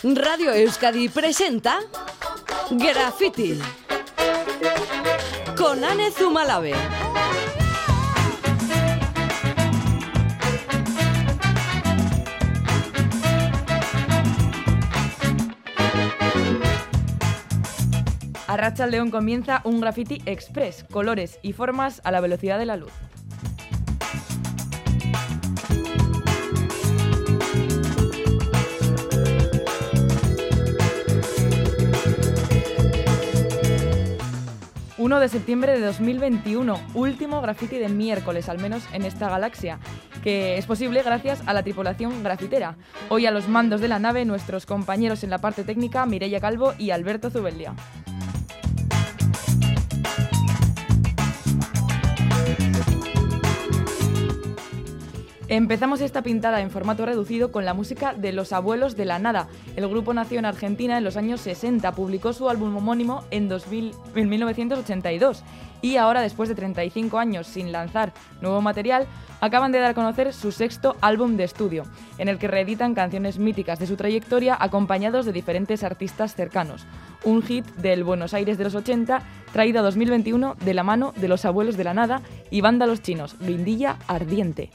Radio Euskadi presenta Graffiti con Ane Zumalabe. Arratsaldeon comienza un Graffiti Express, colores y formas a la velocidad de la luz. ...1 de septiembre de 2021, último graffiti de miércoles, al menos en esta galaxia, que es posible gracias a la tripulación grafitera. Hoy a los mandos de la nave, nuestros compañeros en la parte técnica, Mireia Calvo y Alberto Zubeldia. Empezamos esta pintada en formato reducido con la música de Los Abuelos de la Nada. El grupo nació en Argentina en los años 60, publicó su álbum homónimo en 1982 y ahora, después de 35 años sin lanzar nuevo material, acaban de dar a conocer su sexto álbum de estudio, en el que reeditan canciones míticas de su trayectoria acompañados de diferentes artistas cercanos. Un hit del Buenos Aires de los 80, traído a 2021 de la mano de Los Abuelos de la Nada y Vándalos Chinos, Guindilla Ardiente.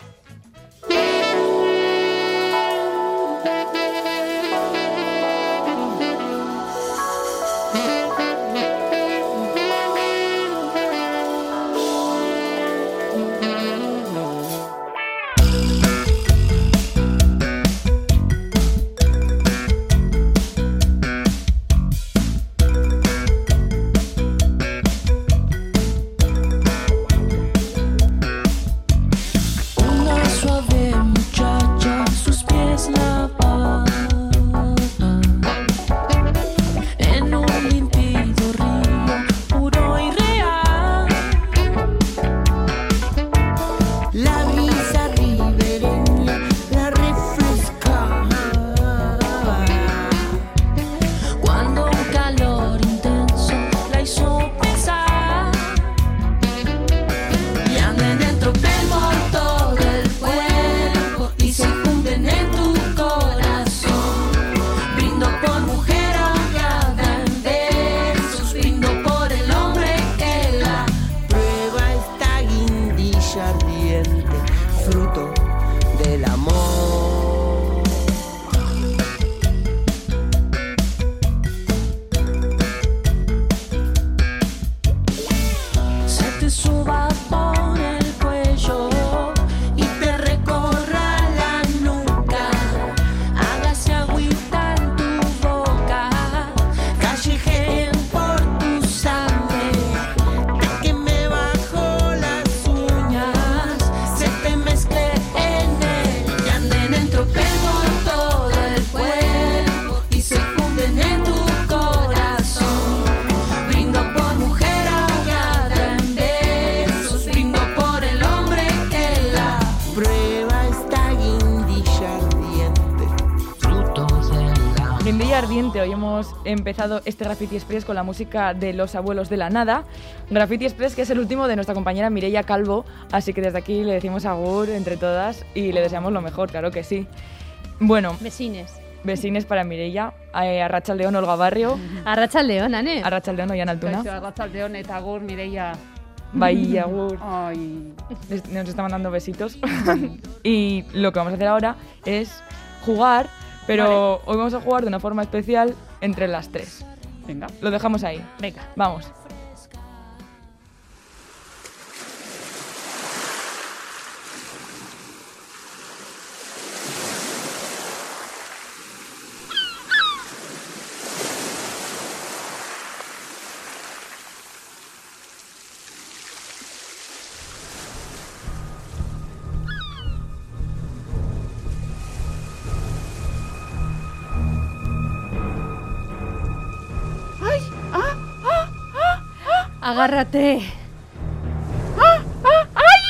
Hoy hemos empezado este Graffiti Express con la música de Los Abuelos de la Nada. Graffiti Express, que es el último de nuestra compañera Mireia Calvo, así que desde aquí le decimos agur entre todas y le deseamos lo mejor, claro que sí. Bueno, besines para Mireia, Arratsaldeon Olga Barrio. Arratsaldeon, Ane. Arratsaldeon Oian Altuna. Arratsaldeon eta agur Mireia. Bai, agur. Ay. Nos está mandando besitos. Y lo que vamos a hacer ahora es jugar. Pero vale, hoy vamos a jugar de una forma especial entre las tres. Venga. Lo dejamos ahí. Venga. Vamos. Agárrate. ¡Ay!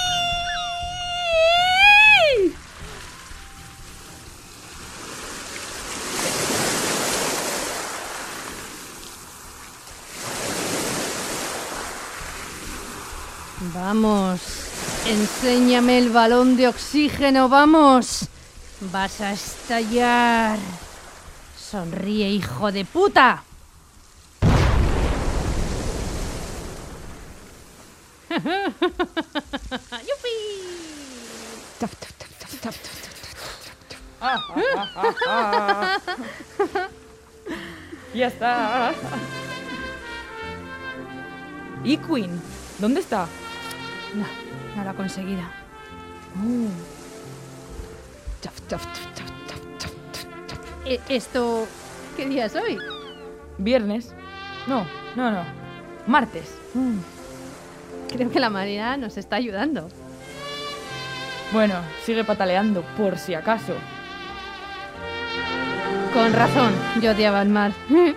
Vamos, enséñame el balón de oxígeno, vamos. Vas a estallar. Sonríe, hijo de puta. ¡Yupi! Ya está. ¿Y Queen? ¿Dónde está? No lo ha conseguido. ¿Esto qué día es hoy? ¿Viernes? No. Martes. Creo que la María nos está ayudando. Bueno, sigue pataleando, por si acaso. Con razón, yo odiaba el mar.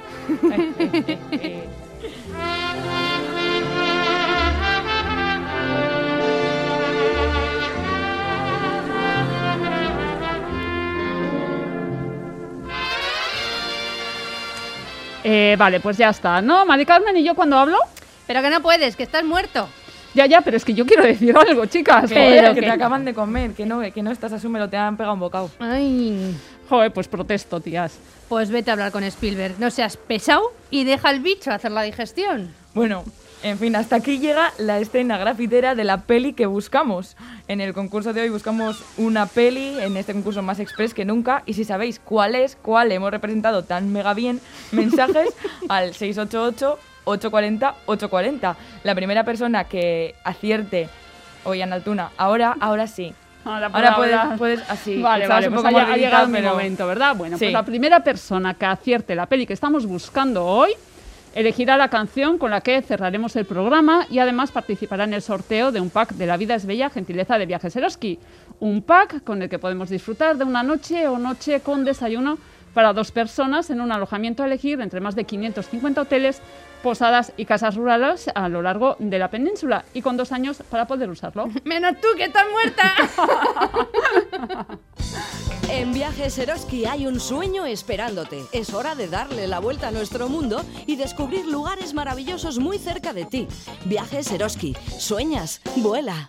Vale, pues ya está, ¿no? Mari Carmen, ¿y yo cuando hablo? Pero que no puedes, que estás muerto. Ya, pero es que yo quiero decir algo, chicas. Pero que te acaban de comer, que no estás asúmelo, te han pegado un bocado. Ay, Joder, pues protesto, tías. pues vete a hablar con Spielberg. No seas pesado y deja al bicho hacer la digestión. Bueno, en fin, hasta aquí llega la escena grafitera de la peli que buscamos. En el concurso de hoy buscamos una peli, en este concurso más express que nunca, y si sabéis cuál hemos representado tan mega bien, mensajes al 688-840-840. La primera persona que acierte, oye, Analtuna, ahora sí. Ahora puedes así. Vale, un pues poco ha mordidita, llegado mi pero- momento, ¿verdad? Bueno, Sí. pues la primera persona que acierte la peli que estamos buscando hoy elegirá la canción con la que cerraremos el programa y además participará en el sorteo de un pack de La vida es bella, gentileza de Viajes Eroski. Un pack con el que podemos disfrutar de una noche o noche con desayuno para 2 personas en un alojamiento a elegir entre más de 550 hoteles, posadas y casas rurales a lo largo de la península y con 2 años para poder usarlo. Menos tú, que estás muerta. En Viajes Eroski hay un sueño esperándote. Es hora de darle la vuelta a nuestro mundo y descubrir lugares maravillosos muy cerca de ti. Viajes Eroski. ¿Sueñas? Vuela.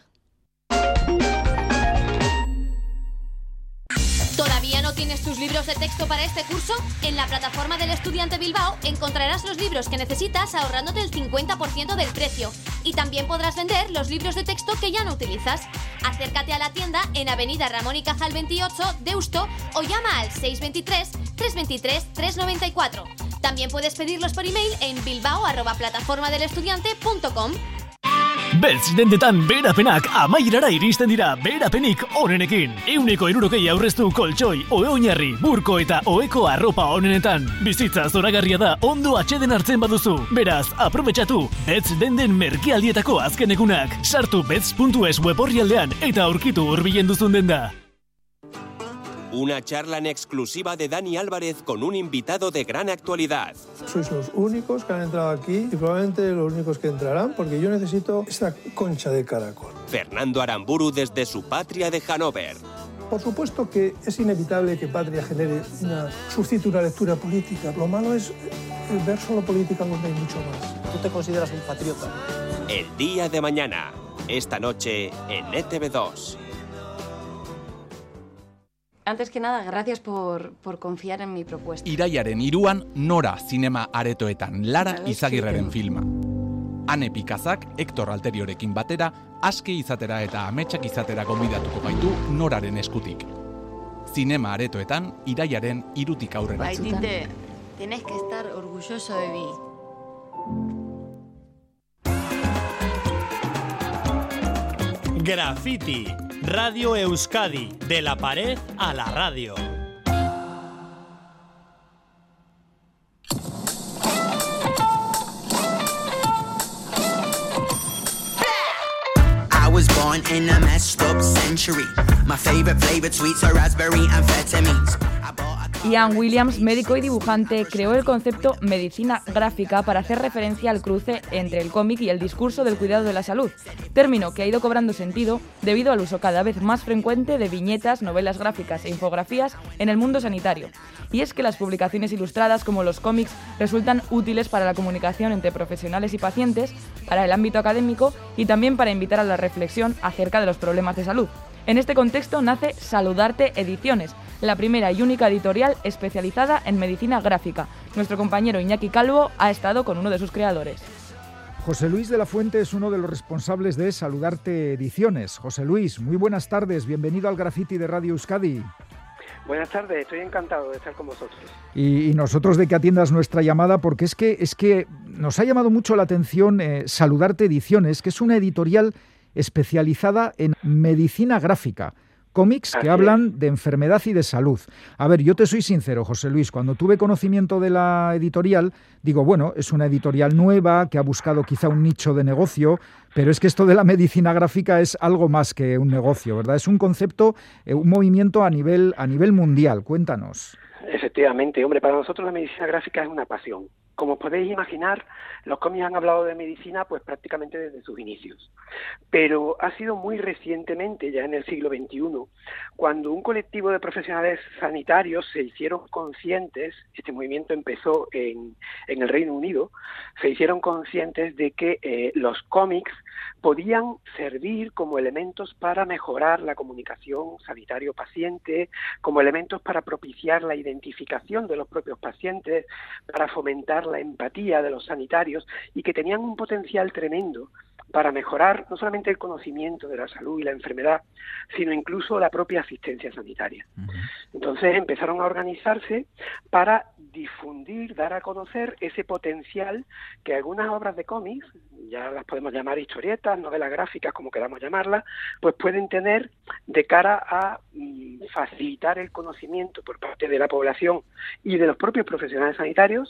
¿Todavía no tienes tus libros de texto para este curso? En la plataforma del Estudiante Bilbao encontrarás los libros que necesitas ahorrándote el 50% del precio. Y también podrás vender los libros de texto que ya no utilizas. Acércate a la tienda en Avenida Ramón y Cajal 28, Deusto, o llama al 623-323-394. También puedes pedirlos por email en bilbao@plataformadelestudiante.com. Beltz dendetan beherapenak amaierara iristen dira beherapenik onenekin. 160 aurreztu koltxoi, oinarri, burko eta oheko arropa onenetan. Bizitza zoragarria da ondo atxeden hartzen baduzu. Beraz, aprobetxatu Beltz denden merkealdietako azken egunak. Sartu beltz.es web orrialdean eta aurkitu hurbilen duzun denda. Una charla en exclusiva de Dani Álvarez con un invitado de gran actualidad. Sois los únicos que han entrado aquí y probablemente los únicos que entrarán porque yo necesito esta concha de caracol. Fernando Aramburu desde su patria de Hannover. Por supuesto que es inevitable que Patria genere suscite una lectura política. Lo malo es el ver solo política donde hay mucho más. ¿Tú te consideras un patriota? El día de mañana. Esta noche en ETV2. Antes que nada, gracias por confiar en mi propuesta. Iraiaren 3an Nora zinema aretoetan Lara Izagirreren filma. Ane Pikazak Hector Alteriorekin batera aske izatera eta ametsak izatera gonbidatuko gaitu Noraren eskutik. Zinema aretoetan Iraiaren 3tik aurrera. Baitite, tenés que estar orgulloso de mí. Graffiti, Radio Euskadi, de la pared a la radio. I was born in a messed up century. My favorite flavored sweets are raspberry and amphetamines. Ian Williams, médico y dibujante, creó el concepto medicina gráfica para hacer referencia al cruce entre el cómic y el discurso del cuidado de la salud, término que ha ido cobrando sentido debido al uso cada vez más frecuente de viñetas, novelas gráficas e infografías en el mundo sanitario. Y es que las publicaciones ilustradas como los cómics resultan útiles para la comunicación entre profesionales y pacientes, para el ámbito académico y también para invitar a la reflexión acerca de los problemas de salud. En este contexto nace Saludarte Ediciones, la primera y única editorial especializada en medicina gráfica. Nuestro compañero Iñaki Calvo ha estado con uno de sus creadores. José Luis de la Fuente es uno de los responsables de Saludarte Ediciones. José Luis, muy buenas tardes, bienvenido al Graffiti de Radio Euskadi. Buenas tardes, estoy encantado de estar con vosotros. Y nosotros de que atiendas nuestra llamada, porque es que nos ha llamado mucho la atención Saludarte Ediciones, que es una editorial especializada en medicina gráfica. Cómics que hablan de enfermedad y de salud. A ver, yo te soy sincero, José Luis, cuando tuve conocimiento de la editorial, digo, bueno, es una editorial nueva que ha buscado quizá un nicho de negocio, pero es que esto de la medicina gráfica es algo más que un negocio, ¿verdad? Es un concepto, un movimiento a nivel mundial. Cuéntanos. Efectivamente, hombre, para nosotros la medicina gráfica es una pasión. Como podéis imaginar, los cómics han hablado de medicina pues prácticamente desde sus inicios. Pero ha sido muy recientemente, ya en el siglo XXI, cuando un colectivo de profesionales sanitarios se hicieron conscientes, este movimiento empezó en el Reino Unido, se hicieron conscientes de que los cómics podían servir como elementos para mejorar la comunicación sanitario-paciente, como elementos para propiciar la identificación de los propios pacientes, para fomentar la empatía de los sanitarios y que tenían un potencial tremendo para mejorar no solamente el conocimiento de la salud y la enfermedad, sino incluso la propia asistencia sanitaria. Entonces empezaron a organizarse para difundir, dar a conocer ese potencial que algunas obras de cómics, ya las podemos llamar historietas, novelas gráficas, como queramos llamarlas, pues pueden tener de cara a facilitar el conocimiento por parte de la población y de los propios profesionales sanitarios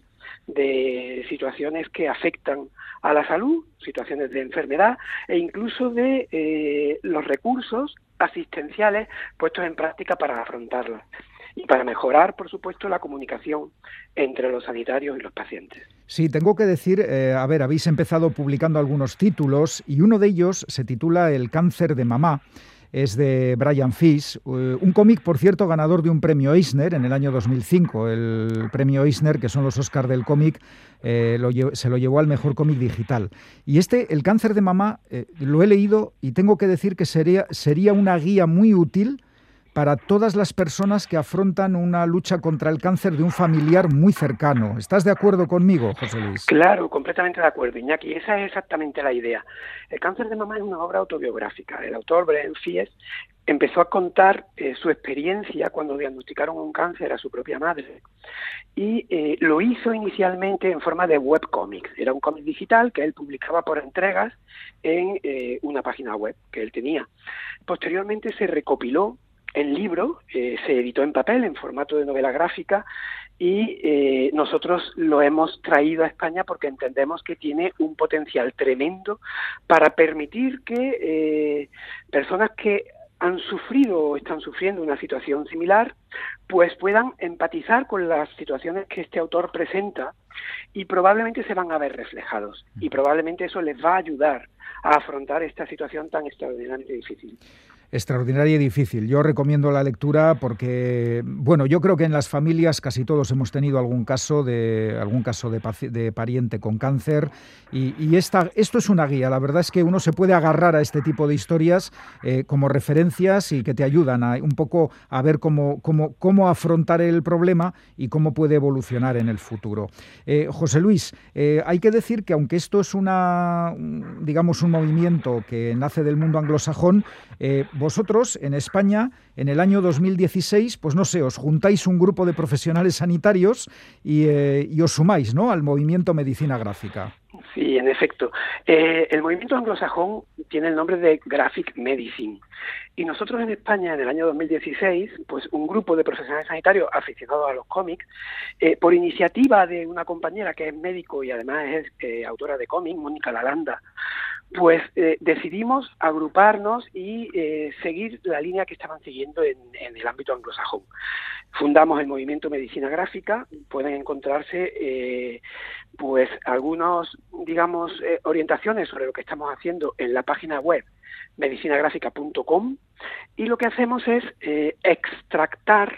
de situaciones que afectan a la salud, situaciones de enfermedad e incluso de los recursos asistenciales puestos en práctica para afrontarlas y para mejorar, por supuesto, la comunicación entre los sanitarios y los pacientes. Sí, tengo que decir, a ver, habéis empezado publicando algunos títulos y uno de ellos se titula El cáncer de mamá. Es de Brian Fish, un cómic, por cierto, ganador de un premio Eisner en el año 2005. El premio Eisner, que son los Oscars del cómic, se lo llevó al mejor cómic digital. Y El cáncer de mamá, lo he leído y tengo que decir que sería una guía muy útil para todas las personas que afrontan una lucha contra el cáncer de un familiar muy cercano. ¿Estás de acuerdo conmigo, José Luis? Claro, completamente de acuerdo, Iñaki. Esa es exactamente la idea. El cáncer de mamá es una obra autobiográfica. El autor, Brian Fish, empezó a contar su experiencia cuando diagnosticaron un cáncer a su propia madre y lo hizo inicialmente en forma de webcómic. Era un cómic digital que él publicaba por entregas en una página web que él tenía. Posteriormente se recopiló en libro, se editó en papel, en formato de novela gráfica, y nosotros lo hemos traído a España porque entendemos que tiene un potencial tremendo para permitir que personas que han sufrido o están sufriendo una situación similar, pues puedan empatizar con las situaciones que este autor presenta y probablemente se van a ver reflejados. Y probablemente eso les va a ayudar a afrontar esta situación tan extraordinariamente difícil. Extraordinaria y difícil. Yo recomiendo la lectura porque, bueno, yo creo que en las familias casi todos hemos tenido algún caso de pariente con cáncer y esto es una guía. La verdad es que uno se puede agarrar a este tipo de historias como referencias y que te ayudan un poco a ver cómo afrontar el problema y cómo puede evolucionar en el futuro. José Luis, hay que decir que aunque esto es un movimiento que nace del mundo anglosajón, vosotros en España, en el año 2016, pues no sé, os juntáis un grupo de profesionales sanitarios y os sumáis, ¿no?, al movimiento Medicina Gráfica. Sí, en efecto. El movimiento anglosajón tiene el nombre de Graphic Medicine. Y nosotros en España, en el año 2016, pues un grupo de profesionales sanitarios aficionados a los cómics, por iniciativa de una compañera que es médico y además es autora de cómics, Mónica Lalanda, pues decidimos agruparnos y seguir la línea que estaban siguiendo en el ámbito anglosajón. Fundamos el movimiento Medicina Gráfica. Pueden encontrarse pues algunos, digamos, orientaciones sobre lo que estamos haciendo en la página web medicinagráfica.com, y lo que hacemos es extractar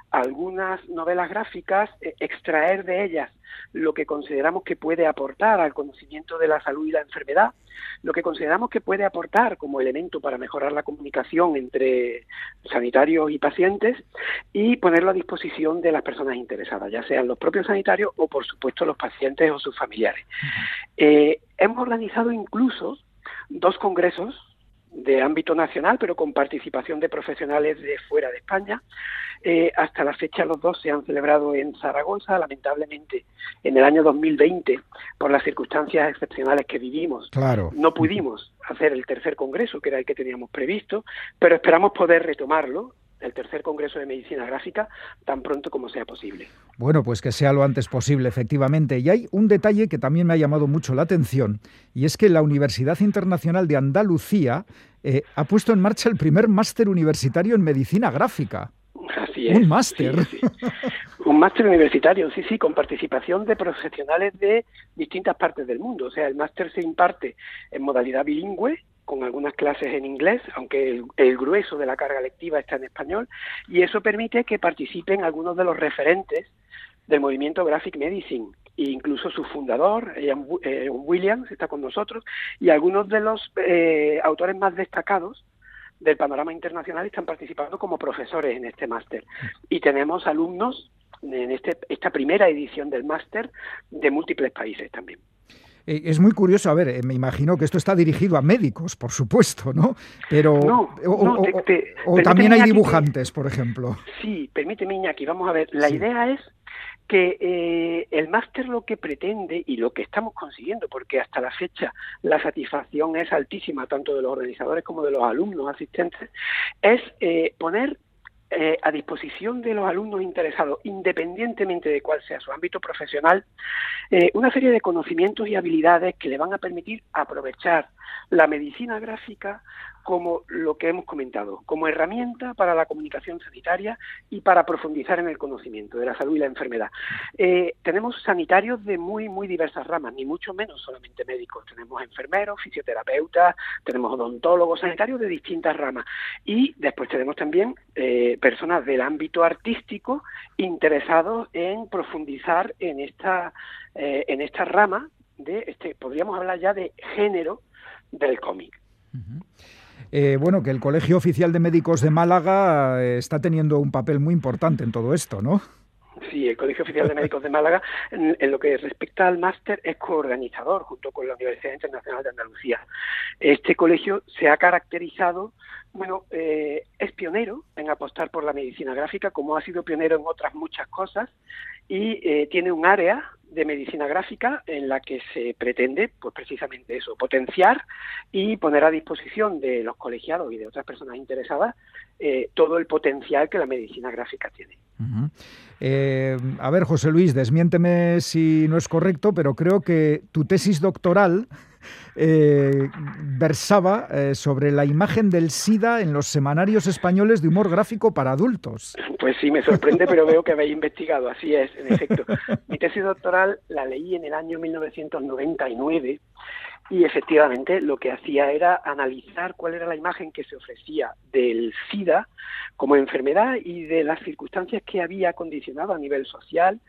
algunas novelas gráficas, extraer de ellas lo que consideramos que puede aportar al conocimiento de la salud y la enfermedad, lo que consideramos que puede aportar como elemento para mejorar la comunicación entre sanitarios y pacientes, y ponerlo a disposición de las personas interesadas, ya sean los propios sanitarios o, por supuesto, los pacientes o sus familiares. Hemos organizado incluso 2 congresos de ámbito nacional, pero con participación de profesionales de fuera de España. Hasta la fecha los 2 se han celebrado en Zaragoza. Lamentablemente, en el año 2020, por las circunstancias excepcionales que vivimos, no pudimos hacer el tercer congreso, que era el que teníamos previsto, pero esperamos poder retomarlo, el tercer congreso de medicina gráfica, tan pronto como sea posible. Bueno, pues que sea lo antes posible, efectivamente. Y hay un detalle que también me ha llamado mucho la atención, y es que la Universidad Internacional de Andalucía ha puesto en marcha el primer máster universitario en medicina gráfica. Así es. Un máster. Sí. Un máster universitario, sí, con participación de profesionales de distintas partes del mundo. O sea, el máster se imparte en modalidad bilingüe, con algunas clases en inglés, aunque el grueso de la carga lectiva está en español, y eso permite que participen algunos de los referentes del movimiento Graphic Medicine, e incluso su fundador, Ian Williams, está con nosotros, y algunos de los autores más destacados del panorama internacional están participando como profesores en este máster. Y tenemos alumnos en esta primera edición del máster de múltiples países también. Es muy curioso, a ver, me imagino que esto está dirigido a médicos, por supuesto, ¿no? Pero o también hay dibujantes, por ejemplo. Sí, permíteme, Iñaki, vamos a ver. La idea es que el máster lo que pretende, y lo que estamos consiguiendo, porque hasta la fecha la satisfacción es altísima, tanto de los organizadores como de los alumnos asistentes, es poner a disposición de los alumnos interesados, independientemente de cuál sea su ámbito profesional, una serie de conocimientos y habilidades que le van a permitir aprovechar la medicina gráfica como lo que hemos comentado, como herramienta para la comunicación sanitaria y para profundizar en el conocimiento de la salud y la enfermedad. Tenemos sanitarios de muy, muy diversas ramas, ni mucho menos solamente médicos. Tenemos enfermeros, fisioterapeutas, tenemos odontólogos, sanitarios de distintas ramas. Y después tenemos también personas del ámbito artístico interesados en profundizar en esta rama de podríamos hablar ya de género del cómic. Bueno, que el Colegio Oficial de Médicos de Málaga está teniendo un papel muy importante en todo esto, ¿no? Sí, el Colegio Oficial de Médicos de Málaga, en lo que respecta al máster, es coorganizador junto con la Universidad Internacional de Andalucía. Este colegio se ha caracterizado, es pionero en apostar por la medicina gráfica, como ha sido pionero en otras muchas cosas, y tiene un área de medicina gráfica en la que se pretende, pues precisamente eso, potenciar y poner a disposición de los colegiados y de otras personas interesadas todo el potencial que la medicina gráfica tiene. A ver, José Luis, desmiénteme si no es correcto, pero creo que tu tesis doctoral versaba sobre la imagen del SIDA en los semanarios españoles de humor gráfico para adultos. Pues sí, me sorprende, pero veo que habéis investigado. Así es, en efecto. Mi tesis doctoral la leí en el año 1999 y efectivamente lo que hacía era analizar cuál era la imagen que se ofrecía del SIDA como enfermedad y de las circunstancias que había condicionado a nivel social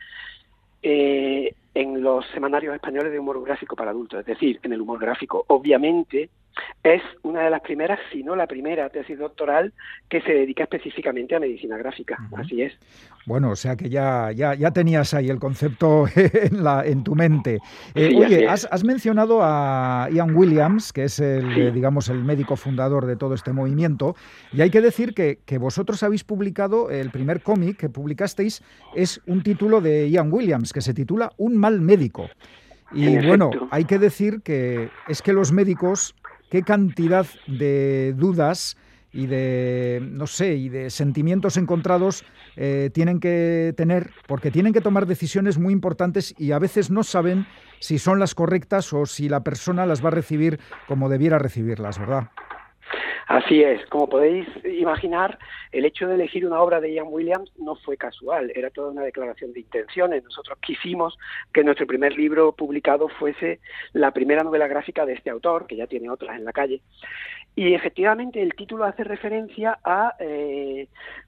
en los semanarios españoles de humor gráfico para adultos. Es decir, en el humor gráfico, obviamente, es una de las primeras, si no la primera tesis doctoral que se dedica específicamente a medicina gráfica. Así es. Bueno, o sea que ya tenías ahí el concepto en tu mente. Sí, oye, has mencionado a Ian Williams, que es el médico fundador de todo este movimiento, y hay que decir que vosotros habéis publicado, el primer cómic que publicasteis es un título de Ian Williams, que se titula Un mal médico. Y bueno, hay que decir que es que los médicos, qué cantidad de dudas y de sentimientos encontrados tienen que tener, porque tienen que tomar decisiones muy importantes y a veces no saben si son las correctas o si la persona las va a recibir como debiera recibirlas, ¿verdad? Así es. Como podéis imaginar, el hecho de elegir una obra de Ian Williams no fue casual, era toda una declaración de intenciones. Nosotros quisimos que nuestro primer libro publicado fuese la primera novela gráfica de este autor, que ya tiene otras en la calle. Y efectivamente el título hace referencia a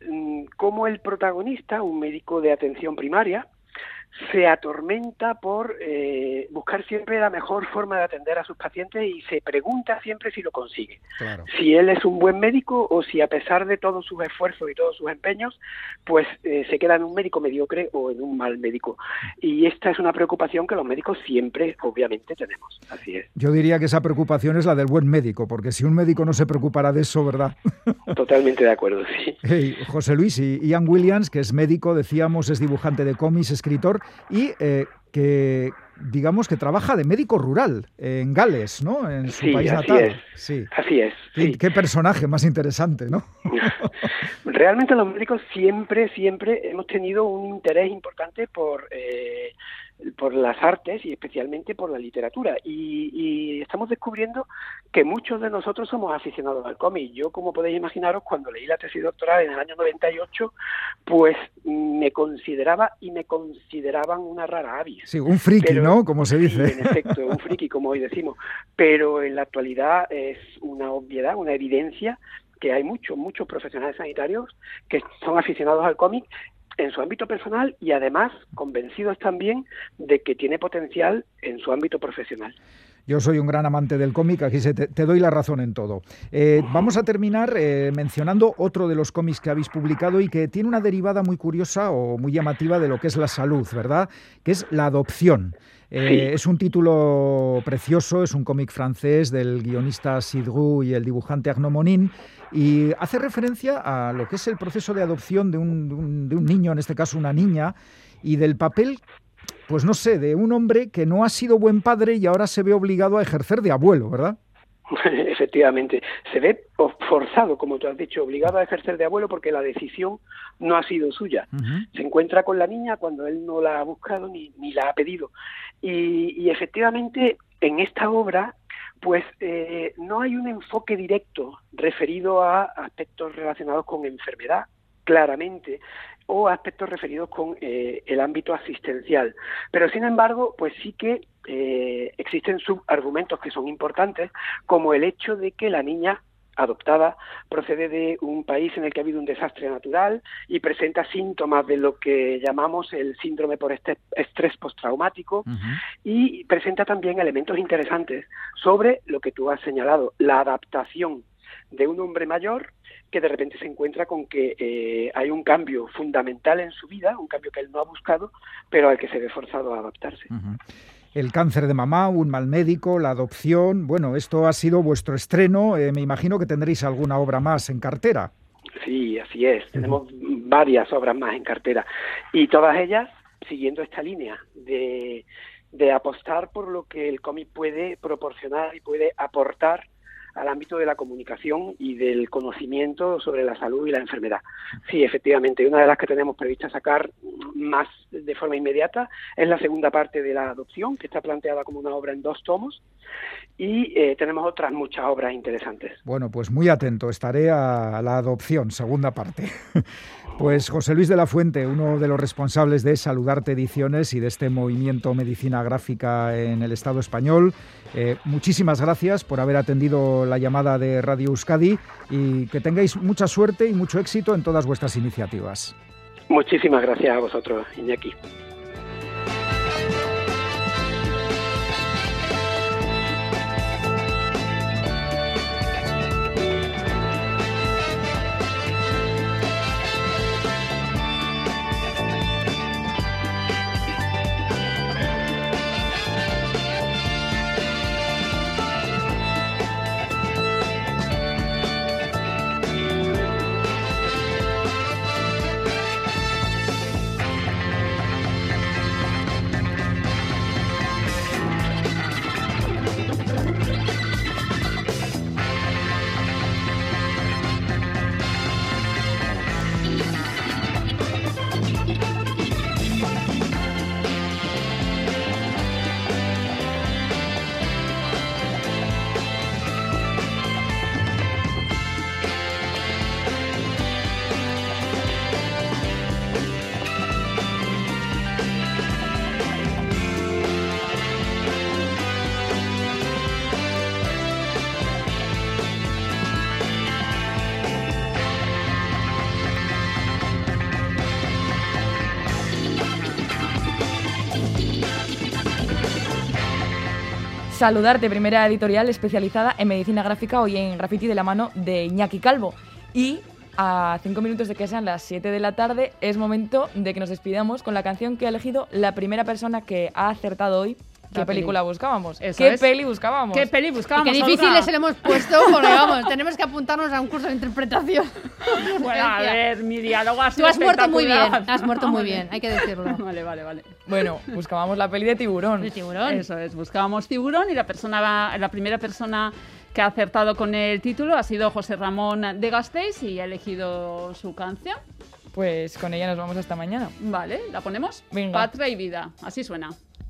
cómo el protagonista, un médico de atención primaria, se atormenta por buscar siempre la mejor forma de atender a sus pacientes y se pregunta siempre si lo consigue. Claro. Si él es un buen médico o si a pesar de todos sus esfuerzos y todos sus empeños, pues se queda en un médico mediocre o en un mal médico. Y esta es una preocupación que los médicos siempre, obviamente, tenemos. Así es. Yo diría que esa preocupación es la del buen médico, porque si un médico no se preocupara de eso, ¿verdad? Totalmente de acuerdo, sí. Hey, José Luis, y Ian Williams, que es médico, decíamos, es dibujante de cómics, escritor, y que digamos que trabaja de médico rural en Gales, ¿no? En su país natal. Sí, así es. Sí. Qué personaje más interesante, ¿no? Realmente los médicos siempre hemos tenido un interés importante por las artes y especialmente por la literatura y estamos descubriendo que muchos de nosotros somos aficionados al cómic. Yo, como podéis imaginaros, cuando leí la tesis doctoral en el año 98, pues me consideraban una rara avis. Sí, un friki, ¿no? Como se dice. Sí, en efecto, un friki, como hoy decimos. Pero en la actualidad es una obviedad, una evidencia que hay muchos profesionales sanitarios que son aficionados al cómic en su ámbito personal y además convencidos también de que tiene potencial en su ámbito profesional. Yo soy un gran amante del cómic, aquí te doy la razón en todo. Vamos a terminar mencionando otro de los cómics que habéis publicado y que tiene una derivada muy curiosa o muy llamativa de lo que es la salud, ¿verdad? Que es la adopción. Sí. Es un título precioso, es un cómic francés del guionista Sid Roux y el dibujante Arnaud Monin, y hace referencia a lo que es el proceso de adopción de un niño, en este caso una niña, y del papel, pues no sé, de un hombre que no ha sido buen padre y ahora se ve obligado a ejercer de abuelo, ¿verdad? Efectivamente, se ve forzado, como tú has dicho, obligado a ejercer de abuelo porque la decisión no ha sido suya. Se encuentra con la niña cuando él no la ha buscado ni la ha pedido. Y efectivamente, en esta obra, pues no hay un enfoque directo referido a aspectos relacionados con enfermedad, claramente, o aspectos referidos con el ámbito asistencial. Pero, sin embargo, pues sí que existen subargumentos que son importantes, como el hecho de que la niña adoptada procede de un país en el que ha habido un desastre natural y presenta síntomas de lo que llamamos el síndrome por estrés postraumático y presenta también elementos interesantes sobre lo que tú has señalado, la adaptación de un hombre mayor que de repente se encuentra con que hay un cambio fundamental en su vida, un cambio que él no ha buscado, pero al que se ve forzado a adaptarse. El cáncer de mamá, un mal médico, la adopción. Bueno, esto ha sido vuestro estreno. Me imagino que tendréis alguna obra más en cartera. Sí, así es. Tenemos varias obras más en cartera. Y todas ellas siguiendo esta línea de apostar por lo que el cómic puede proporcionar y puede aportar al ámbito de la comunicación y del conocimiento sobre la salud y la enfermedad. Sí, efectivamente, una de las que tenemos prevista sacar más de forma inmediata es la segunda parte de la adopción, que está planteada como una obra en 2 tomos, y tenemos otras muchas obras interesantes. Bueno, pues muy atento, estaré a la adopción, segunda parte. Pues José Luis de la Fuente, uno de los responsables de Saludarte Ediciones y de este movimiento Medicina Gráfica en el Estado español, muchísimas gracias por haber atendido la llamada de Radio Euskadi y que tengáis mucha suerte y mucho éxito en todas vuestras iniciativas. Muchísimas gracias a vosotros, Iñaki. Saludarte, primera editorial especializada en medicina gráfica, hoy en graffiti de la mano de Iñaki Calvo. Y a 5 minutos de que sean las 7 de la tarde, es momento de que nos despidamos con la canción que ha elegido la primera persona que ha acertado hoy. ¿Qué película buscábamos? ¿Qué peli buscábamos? ¿Qué peli buscábamos? Y qué difíciles le hemos puesto, porque vamos, tenemos que apuntarnos a un curso de interpretación. Bueno, a ver, mi diálogo ha sido Tú has muerto muy bien, espectacular. has muerto muy bien, hay que decirlo. Vale. Bueno, buscábamos la peli de Tiburón. De Tiburón. Eso es, buscábamos Tiburón y la primera persona que ha acertado con el título ha sido José Ramón de Gasteiz y ha elegido su canción. Pues con ella nos vamos hasta mañana. Vale, ¿la ponemos? Venga. Patria y vida, así suena.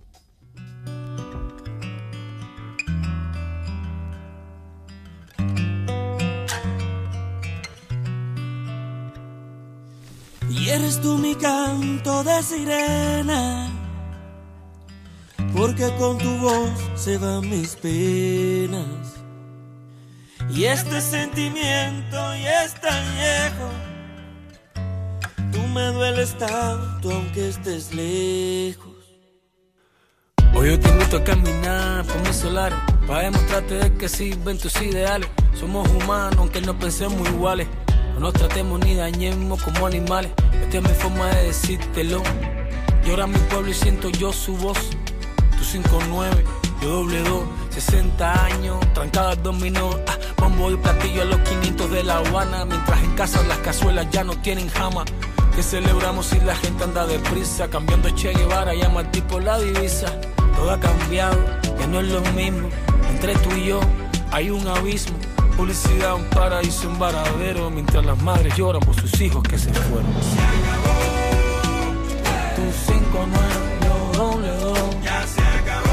Y eres tú mi canto de sirena, porque con tu voz se van mis penas. Y este sentimiento ya es tan viejo, tú me dueles tanto aunque estés lejos. Hoy yo te invito a caminar por mis solares, para demostrarte de que sirven tus ideales. Somos humanos aunque no pensemos iguales, no nos tratemos ni dañemos como animales. Esta es mi forma de decírtelo. Llora mi pueblo y siento yo su voz. Tú 5-9, yo doble 2. 60 años, trancadas dominó. Bombo y platillo a los 500 de La Habana. Mientras en casa las cazuelas ya no tienen jama. Que celebramos si la gente anda deprisa, cambiando Che Guevara, llama al tipo la divisa. Todo ha cambiado, ya no es lo mismo. Entre tú y yo hay un abismo. Publicidad, un paraíso, un varadero, mientras las madres lloran por sus hijos que se fueron. Se acabó. Tu 5-9, yo doble 2. Ya se acabó.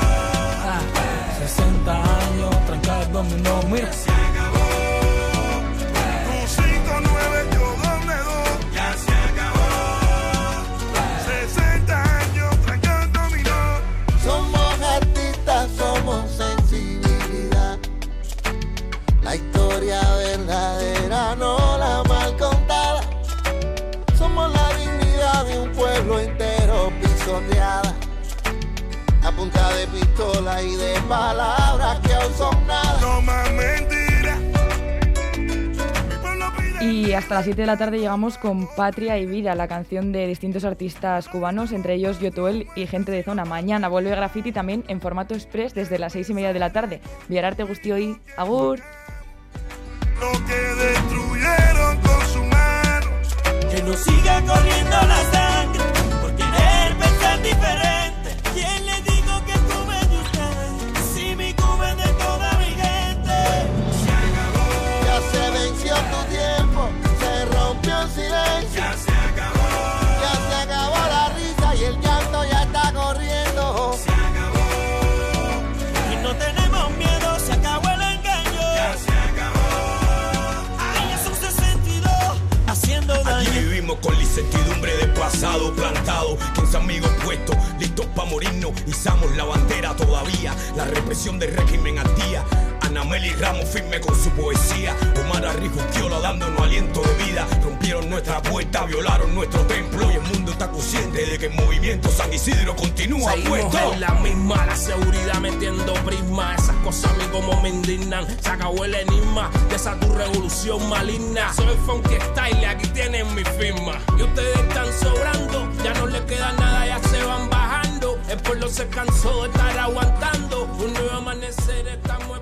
60 años, trancadas dominó, mira. Se acabó. Tu 5-9, yo doble 2. Ya se acabó. 60 años, trancadas dominó. Somos artistas, somos sensibilidad. La historia verdadera, no la mal contada. Somos la dignidad de un pueblo entero pisoteada. A punta de pistola y de palabras que aún son nada. No más mentiras. Y hasta las 7 de la tarde llegamos con Patria y Vida, la canción de distintos artistas cubanos, entre ellos Yotuel y Gente de Zona. Mañana vuelve Graffiti también en formato express desde las 6:30 de la tarde. Biararte Gustio y agur. Lo que destruyeron con su mano, que no siga corriendo la sangre por querer pensar diferente. ¿Quién le digo que Cuba es de ustedes? Si mi Cuba es de toda mi gente. Se acabó. Ya se venció tu tiempo, se rompió el silencio. Ya se acabó. Ya se acabó la risa y el llanto ya está corriendo. Se acabó. Y no tenemos miedo, se acabó el engaño. Ya se acabó. Aquí vivimos con la incertidumbre del pasado plantado, 15 amigos puestos, listos para morirnos, izamos la bandera todavía, la represión del régimen al día. Anameli Ramos firme con su poesía, Omar Arrijuquiola dándonos aliento de vida. Rompieron nuestra puerta, violaron nuestro templo y el mundo está consciente de que el movimiento San Isidro continúa puesto. Seguimos en la misma, la seguridad metiendo prisma. Esas cosas a mí como me indignan. Se acabó el enigma de esa tu revolución maligna. Soy Funky Style y aquí tienen mi firma. Y ustedes están sobrando, ya no les queda nada, ya se van bajando. El pueblo se cansó de estar aguantando. Un nuevo amanecer, estamos